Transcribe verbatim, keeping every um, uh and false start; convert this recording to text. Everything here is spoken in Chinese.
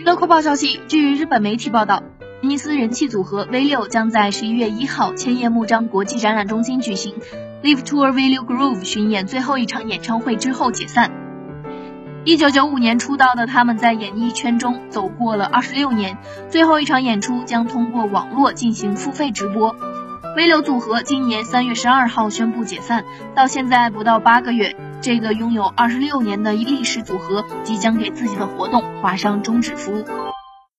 乐快报消息，据日本媒体报道，尼斯人气组合 V 六将在十一月一号千叶幕张国际展览中心举行 Live Tour V 六 Groove 巡演最后一场演唱会之后解散。一九九五年出道的他们在演艺圈中走过了二十六年，最后一场演出将通过网络进行付费直播。V 六组合今年三月十二号宣布解散，到现在不到八个月，这个拥有二十六年的历史组合即将给自己的活动画上终止符。